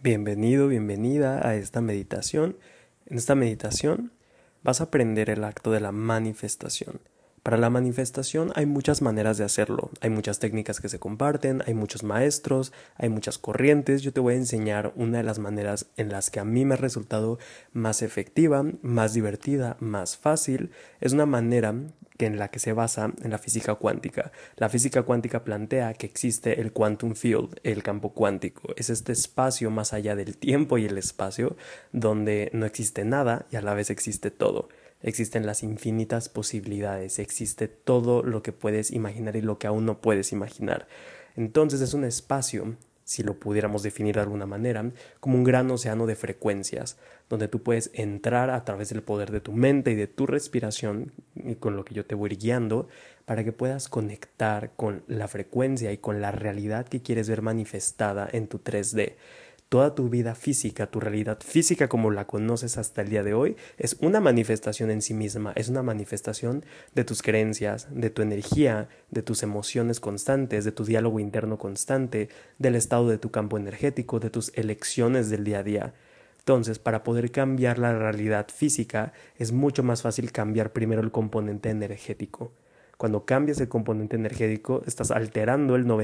Bienvenido, bienvenida a esta meditación. En esta meditación vas a aprender el acto de la manifestación. Para la manifestación hay muchas maneras de hacerlo, hay muchas técnicas que se comparten, hay muchos maestros, hay muchas corrientes. Yo te voy a enseñar una de las maneras en las que a mí me ha resultado más efectiva, más divertida, más fácil. Es una manera en la que se basa en la física cuántica. La física cuántica plantea que existe el quantum field, el campo cuántico. Es este espacio más allá del tiempo y el espacio donde no existe nada y a la vez existe todo. Existen las infinitas posibilidades, existe todo lo que puedes imaginar y lo que aún no puedes imaginar. Entonces es un espacio, si lo pudiéramos definir de alguna manera, como un gran océano de frecuencias, donde tú puedes entrar a través del poder de tu mente y de tu respiración, y con lo que yo te voy a ir guiando, para que puedas conectar con la frecuencia y con la realidad que quieres ver manifestada en tu 3D. Toda tu vida física, tu realidad física como la conoces hasta el día de hoy, es una manifestación en sí misma, es una manifestación de tus creencias, de tu energía, de tus emociones constantes, de tu diálogo interno constante, del estado de tu campo energético, de tus elecciones del día a día. Entonces, para poder cambiar la realidad física, es mucho más fácil cambiar primero el componente energético. Cuando cambias el componente energético, estás alterando el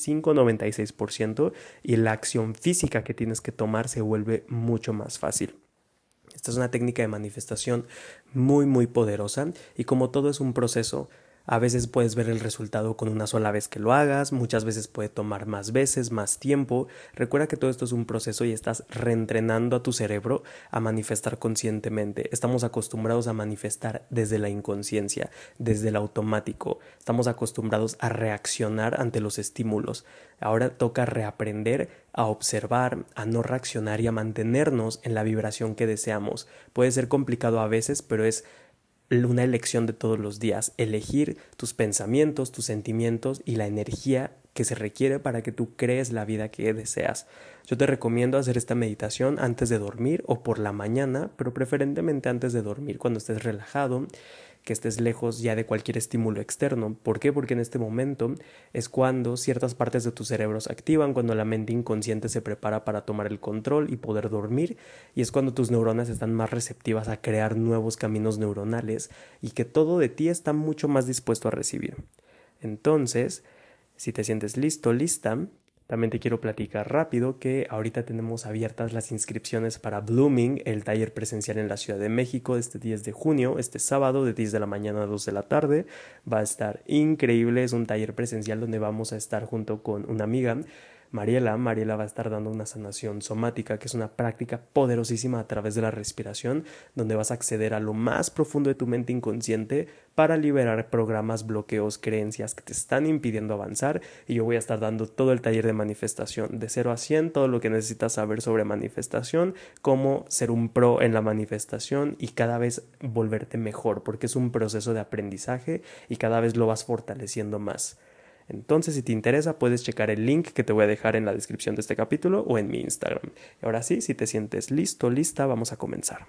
95-96% y la acción física que tienes que tomar se vuelve mucho más fácil. Esta es una técnica de manifestación muy poderosa y como todo es un proceso, a veces puedes ver el resultado con una sola vez que lo hagas, muchas veces puede tomar más veces, más tiempo. Recuerda que todo esto es un proceso y estás reentrenando a tu cerebro a manifestar conscientemente. Estamos acostumbrados a manifestar desde la inconsciencia, desde el automático. Estamos acostumbrados a reaccionar ante los estímulos. Ahora toca reaprender a observar, a no reaccionar y a mantenernos en la vibración que deseamos. Puede ser complicado a veces, pero es una elección de todos los días, elegir tus pensamientos, tus sentimientos y la energía que se requiere para que tú crees la vida que deseas. Yo te recomiendo hacer esta meditación antes de dormir o por la mañana, pero preferentemente antes de dormir, cuando estés relajado, que estés lejos ya de cualquier estímulo externo. ¿Por qué? Porque en este momento es cuando ciertas partes de tu cerebro se activan, cuando la mente inconsciente se prepara para tomar el control y poder dormir, y es cuando tus neuronas están más receptivas a crear nuevos caminos neuronales y que todo de ti está mucho más dispuesto a recibir. Entonces, si te sientes listo, lista, también te quiero platicar rápido que ahorita tenemos abiertas las inscripciones para Blooming, el taller presencial en la Ciudad de México este 10 de junio, este sábado de 10 de la mañana a 2 de la tarde. Va a estar increíble, es un taller presencial donde vamos a estar junto con una amiga, Mariela. Mariela va a estar dando una sanación somática, que es una práctica poderosísima a través de la respiración, donde vas a acceder a lo más profundo de tu mente inconsciente para liberar programas, bloqueos, creencias que te están impidiendo avanzar. Y yo voy a estar dando todo el taller de manifestación, de 0 a 100, todo lo que necesitas saber sobre manifestación, cómo ser un pro en la manifestación y cada vez volverte mejor, porque es un proceso de aprendizaje y cada vez lo vas fortaleciendo más. Entonces, si te interesa, puedes checar el link que te voy a dejar en la descripción de este capítulo o en mi Instagram. Y ahora sí, si te sientes listo, lista, vamos a comenzar.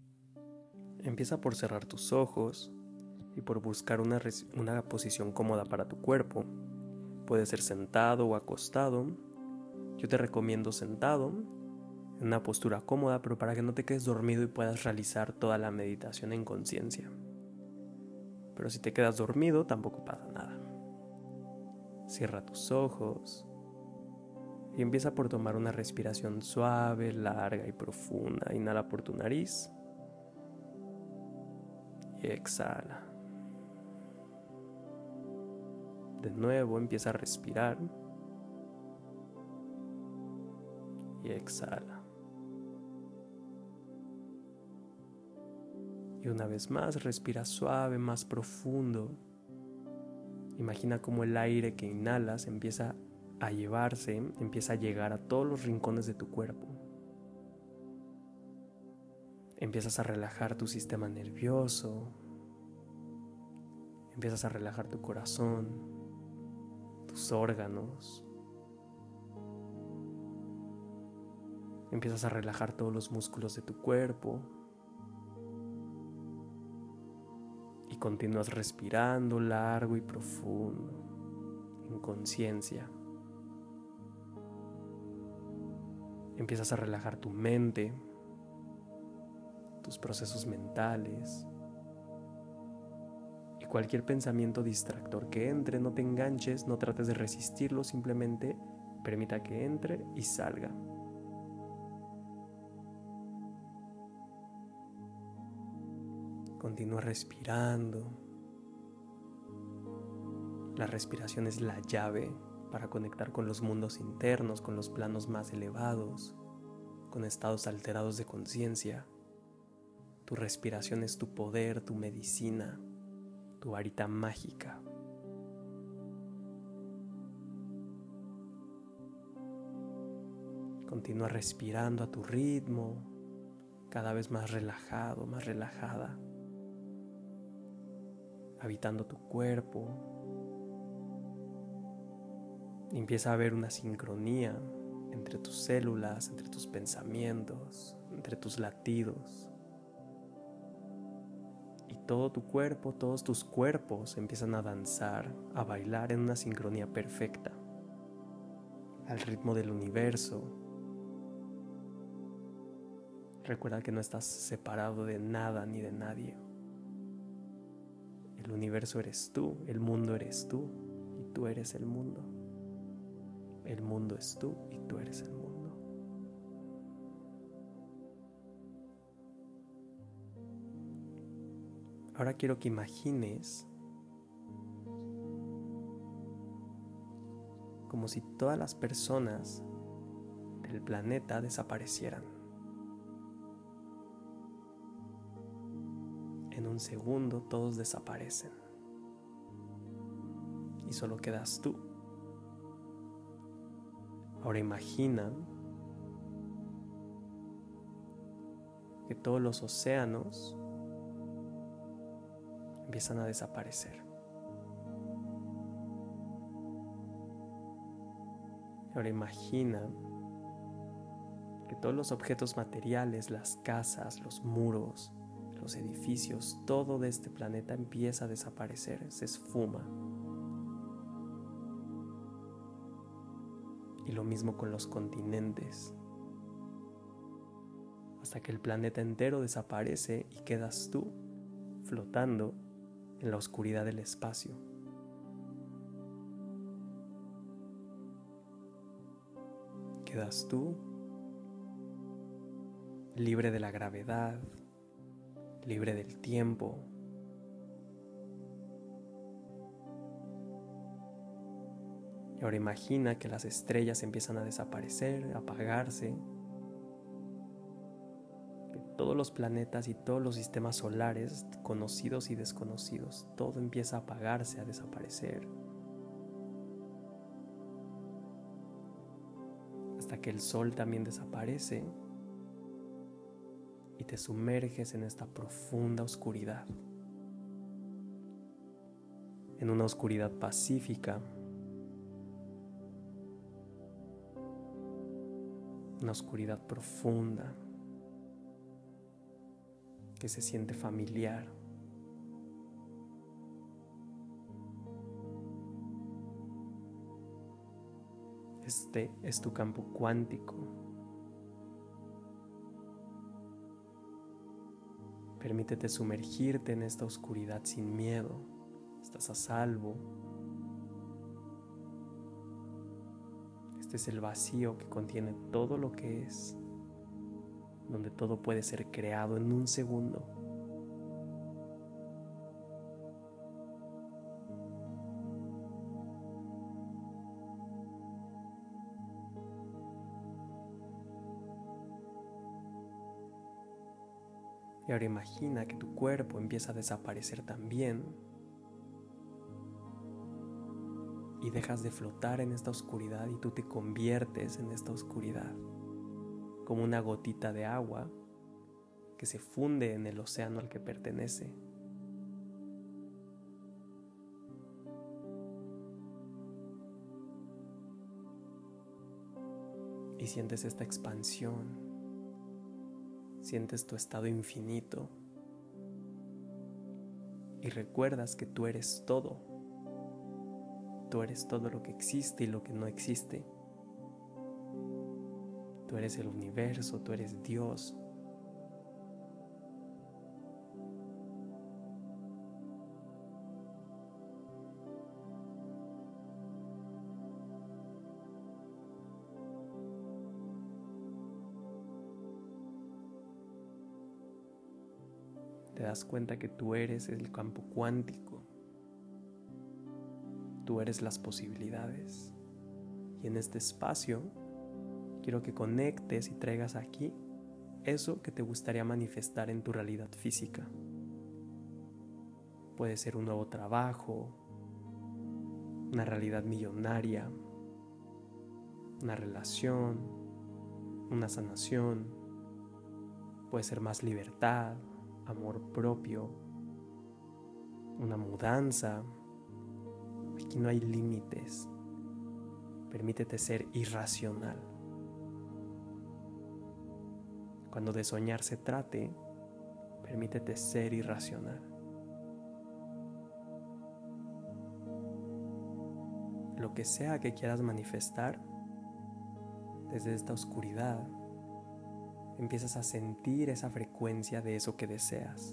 Empieza por cerrar tus ojos y por buscar una posición cómoda para tu cuerpo. Puede ser sentado o acostado. Yo te recomiendo sentado, en una postura cómoda, pero para que no te quedes dormido y puedas realizar toda la meditación en conciencia. Pero si te quedas dormido, tampoco pasa nada. Cierra tus ojos y empieza por tomar una respiración suave, larga y profunda. Inhala por tu nariz y exhala. De nuevo empieza a respirar y exhala. Y una vez más respira suave, más profundo. Imagina cómo el aire que inhalas empieza a llevarse, empieza a llegar a todos los rincones de tu cuerpo. Empiezas a relajar tu sistema nervioso, empiezas a relajar tu corazón, tus órganos. Empiezas a relajar todos los músculos de tu cuerpo. Y continúas respirando largo y profundo, en conciencia. Empiezas a relajar tu mente, tus procesos mentales y cualquier pensamiento distractor que entre, no te enganches, no trates de resistirlo, simplemente permita que entre y salga. Continúa respirando. La respiración es la llave para conectar con los mundos internos, con los planos más elevados, con estados alterados de conciencia. Tu respiración es tu poder, tu medicina, tu varita mágica. Continúa respirando a tu ritmo, cada vez más relajado, más relajada, habitando tu cuerpo. Empieza a haber una sincronía entre tus células, entre tus pensamientos, entre tus latidos. Y todo tu cuerpo, todos tus cuerpos empiezan a danzar, a bailar en una sincronía perfecta, al ritmo del universo. Recuerda que no estás separado de nada ni de nadie. El universo eres tú, el mundo eres tú y tú eres el mundo. El mundo es tú y tú eres el mundo. Ahora quiero que imagines como si todas las personas del planeta desaparecieran. En un segundo todos desaparecen y solo quedas tú. Ahora imagina que todos los océanos empiezan a desaparecer. Ahora imagina que todos los objetos materiales, las casas, los muros, los edificios, todo de este planeta empieza a desaparecer, se esfuma. Y lo mismo con los continentes, hasta que el planeta entero desaparece y quedas tú flotando en la oscuridad del espacio. Quedas tú libre de la gravedad, libre del tiempo. Y ahora imagina que las estrellas empiezan a desaparecer, a apagarse, que todos los planetas y todos los sistemas solares, conocidos y desconocidos, todo empieza a apagarse, a desaparecer, hasta que el sol también desaparece y te sumerges en esta profunda oscuridad, en una oscuridad pacífica, una oscuridad profunda que se siente familiar. Este es tu campo cuántico. Permítete sumergirte en esta oscuridad sin miedo. Estás a salvo. Este es el vacío que contiene todo lo que es, donde todo puede ser creado en un segundo. Y ahora imagina que tu cuerpo empieza a desaparecer también y dejas de flotar en esta oscuridad y tú te conviertes en esta oscuridad, como una gotita de agua que se funde en el océano al que pertenece. Y sientes esta expansión, sientes tu estado infinito y recuerdas que tú eres todo. Tú eres todo lo que existe y lo que no existe. Tú eres el universo, tú eres Dios. Te das cuenta que tú eres el campo cuántico, tú eres las posibilidades. Y en este espacio quiero que conectes y traigas aquí eso que te gustaría manifestar en tu realidad física. Puede ser un nuevo trabajo, una realidad millonaria, una relación, una sanación. Puede ser más libertad, amor propio, una mudanza. Aquí no hay límites. Permítete ser irracional. Cuando de soñar se trate, permítete ser irracional. Lo que sea que quieras manifestar, desde esta oscuridad, empiezas a sentir esa frecuencia de eso que deseas.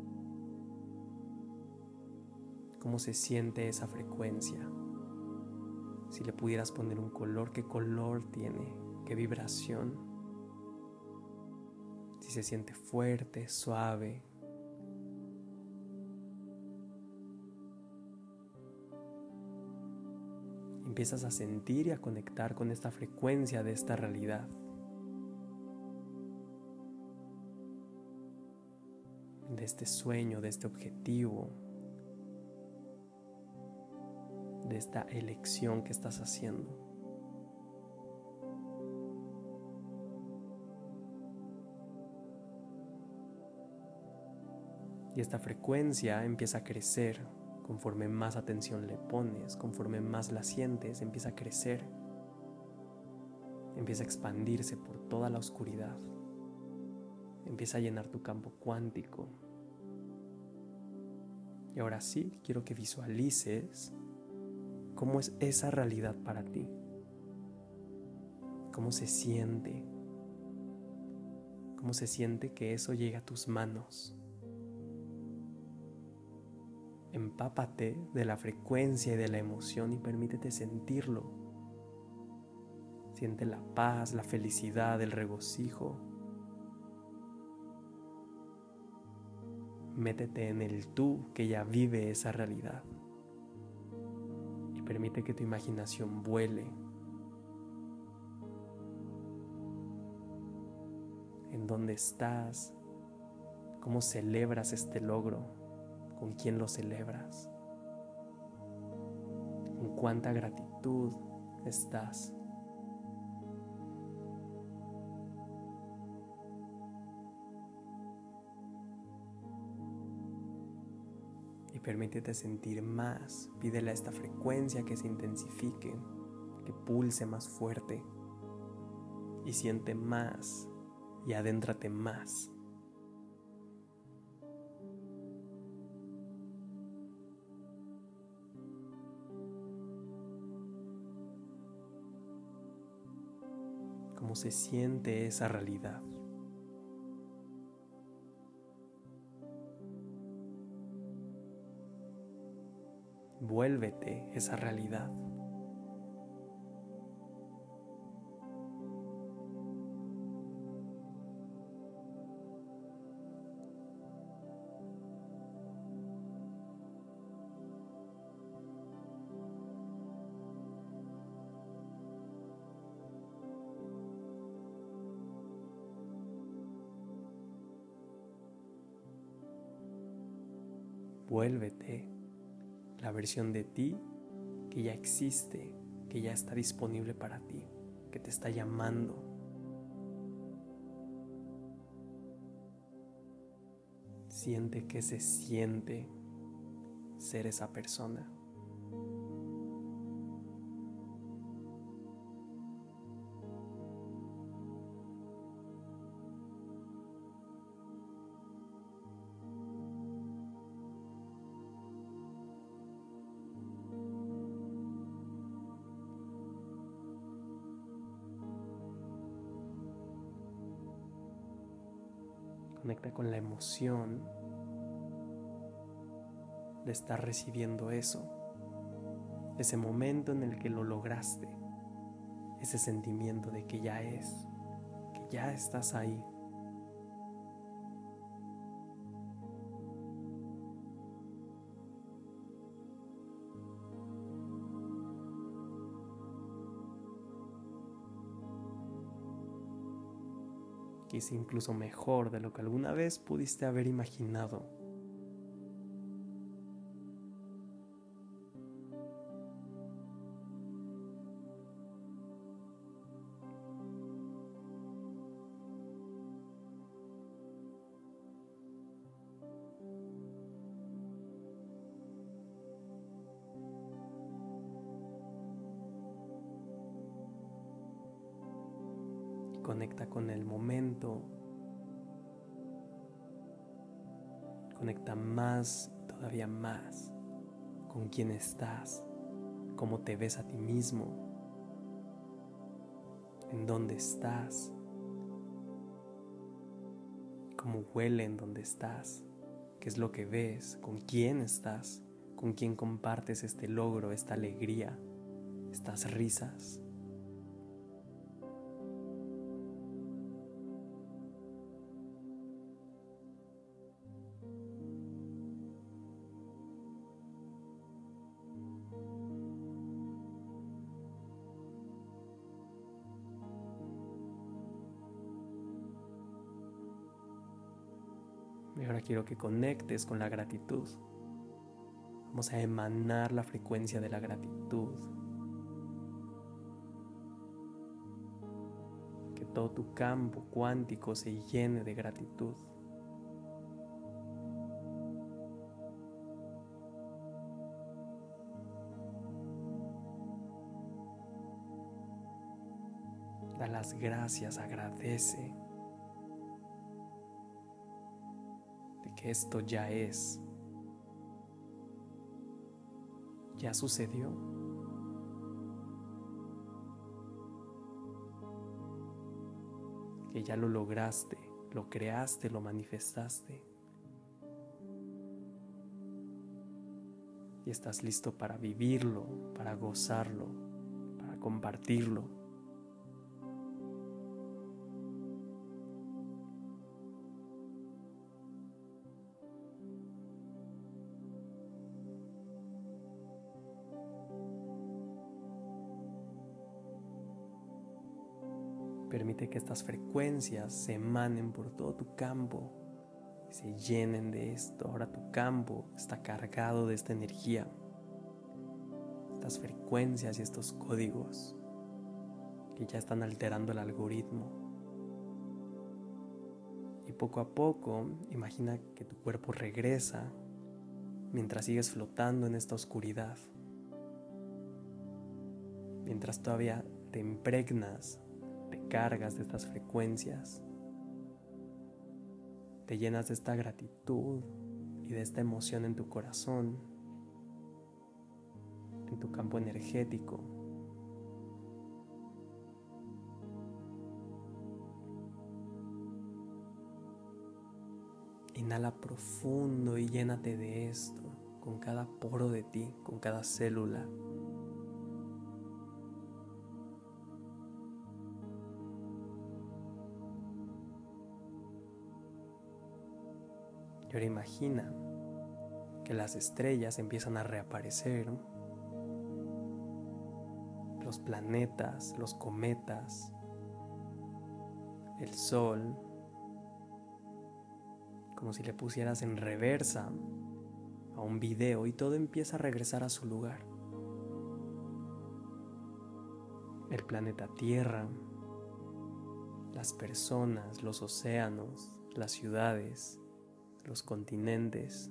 ¿Cómo se siente esa frecuencia? Si le pudieras poner un color, ¿qué color tiene? ¿Qué vibración? Si se siente fuerte, suave. Empiezas a sentir y a conectar con esta frecuencia de esta realidad. De este sueño, de este objetivo, de esta elección que estás haciendo. Y esta frecuencia empieza a crecer conforme más atención le pones, conforme más la sientes, empieza a crecer, empieza a expandirse por toda la oscuridad, empieza a llenar tu campo cuántico. Y ahora sí, quiero que visualices cómo es esa realidad para ti, cómo se siente que eso llega a tus manos. Empápate de la frecuencia y de la emoción y permítete sentirlo. Siente la paz, la felicidad, el regocijo. Métete en el tú que ya vive esa realidad. Y permite que tu imaginación vuele. ¿En dónde estás? ¿Cómo celebras este logro? ¿Con quién lo celebras? ¿Con cuánta gratitud estás? Y permítete sentir más. Pídele a esta frecuencia que se intensifique, que pulse más fuerte. Y siente más y adéntrate más. ¿Cómo se siente esa realidad? Vuélvete esa realidad. Vuélvete la versión de ti que ya existe, que ya está disponible para ti, que te está llamando. Siente que se siente ser esa persona. Conecta con la emoción de estar recibiendo eso, ese momento en el que lo lograste, ese sentimiento de que ya estás ahí. Que es incluso mejor de lo que alguna vez pudiste haber imaginado. Conecta con el momento, conecta más, todavía más, con quién estás, cómo te ves a ti mismo, en dónde estás, cómo huele en dónde estás, qué es lo que ves, con quién estás, con quién compartes este logro, esta alegría, estas risas. Y ahora quiero que conectes con la gratitud. Vamos a emanar la frecuencia de la gratitud. Que todo tu campo cuántico se llene de gratitud. Da las gracias, agradece de que esto ya es, ya sucedió. Que ya lo lograste, lo creaste, lo manifestaste. Y estás listo para vivirlo, para gozarlo, para compartirlo. Permite que estas frecuencias se emanen por todo tu campo y se llenen de esto. Ahora tu campo está cargado de esta energía, estas frecuencias y estos códigos que ya están alterando el algoritmo. Y poco a poco, imagina que tu cuerpo regresa mientras sigues flotando en esta oscuridad, mientras todavía te impregnas, te cargas de estas frecuencias, te llenas de esta gratitud y de esta emoción en tu corazón, en tu campo energético. Inhala profundo y llénate de esto con cada poro de ti, con cada célula. Y ahora imagina que las estrellas empiezan a reaparecer, los planetas, los cometas, el sol, como si le pusieras en reversa a un video y todo empieza a regresar a su lugar. El planeta Tierra, las personas, los océanos, las ciudades, los continentes,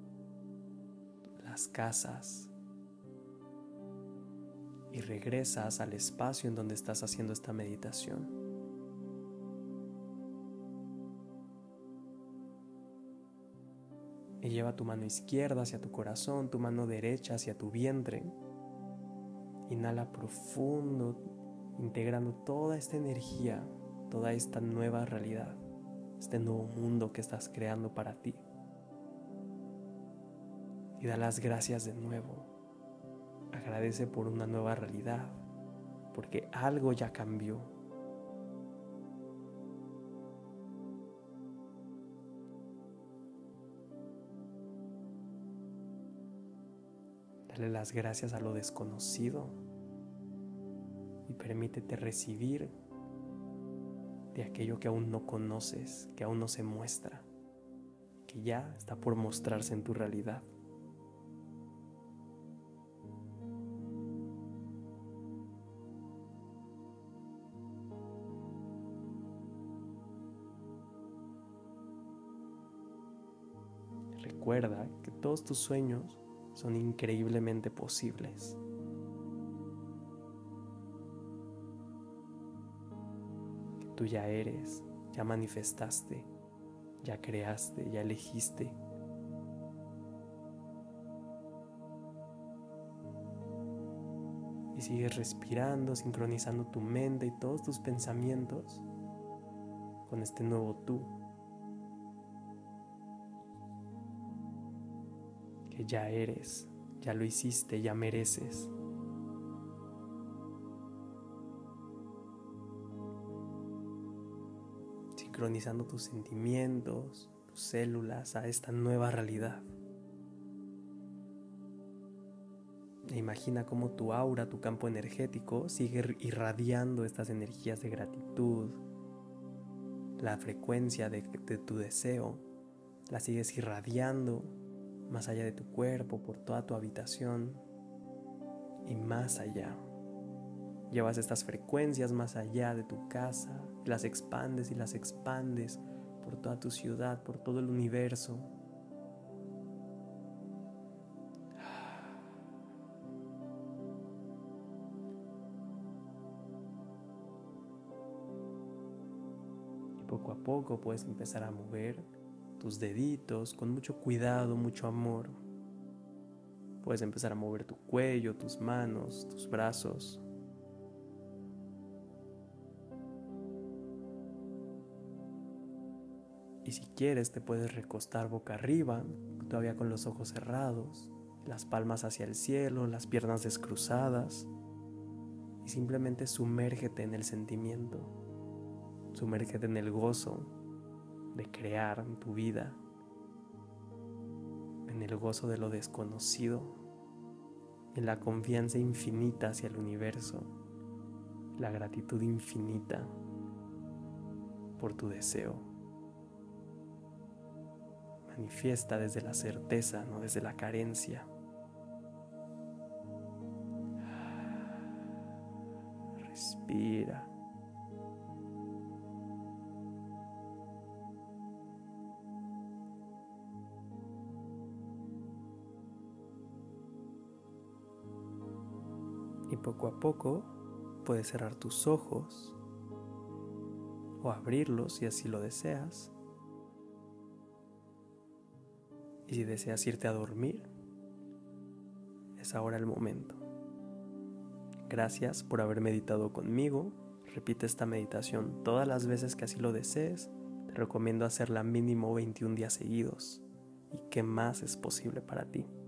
las casas, y regresas al espacio en donde estás haciendo esta meditación. Y lleva tu mano izquierda hacia tu corazón, tu mano derecha hacia tu vientre. Inhala profundo, integrando toda esta energía, toda esta nueva realidad, este nuevo mundo que estás creando para ti. Y da las gracias de nuevo. Agradece por una nueva realidad, porque algo ya cambió. Dale las gracias a lo desconocido y permítete recibir de aquello que aún no conoces, que aún no se muestra, que ya está por mostrarse en tu realidad. Recuerda que todos tus sueños son increíblemente posibles. Que tú ya eres, ya manifestaste, ya creaste, ya elegiste. Y sigues respirando, sincronizando tu mente y todos tus pensamientos con este nuevo tú. Que ya eres, ya lo hiciste, ya mereces. Sincronizando tus sentimientos, tus células a esta nueva realidad. E imagina cómo tu aura, tu campo energético sigue irradiando estas energías de gratitud. La frecuencia de tu deseo la sigues irradiando más allá de tu cuerpo, por toda tu habitación y más allá. Llevas estas frecuencias más allá de tu casa, las expandes y las expandes por toda tu ciudad, por todo el universo. Y poco a poco puedes empezar a mover tus deditos con mucho cuidado, mucho amor. Puedes empezar a mover tu cuello, tus manos, tus brazos. Y si quieres te puedes recostar boca arriba, todavía con los ojos cerrados, las palmas hacia el cielo, las piernas descruzadas. Y simplemente sumérgete en el sentimiento. Sumérgete en el gozo de crear tu vida, en el gozo de lo desconocido, en la confianza infinita hacia el universo, la gratitud infinita por tu deseo. Manifiesta desde la certeza, no desde la carencia. Respira. Y poco a poco puedes cerrar tus ojos o abrirlos si así lo deseas. Y si deseas irte a dormir, es ahora el momento. Gracias por haber meditado conmigo. Repite esta meditación todas las veces que así lo desees. Te recomiendo hacerla mínimo 21 días seguidos. ¿Y qué más es posible para ti?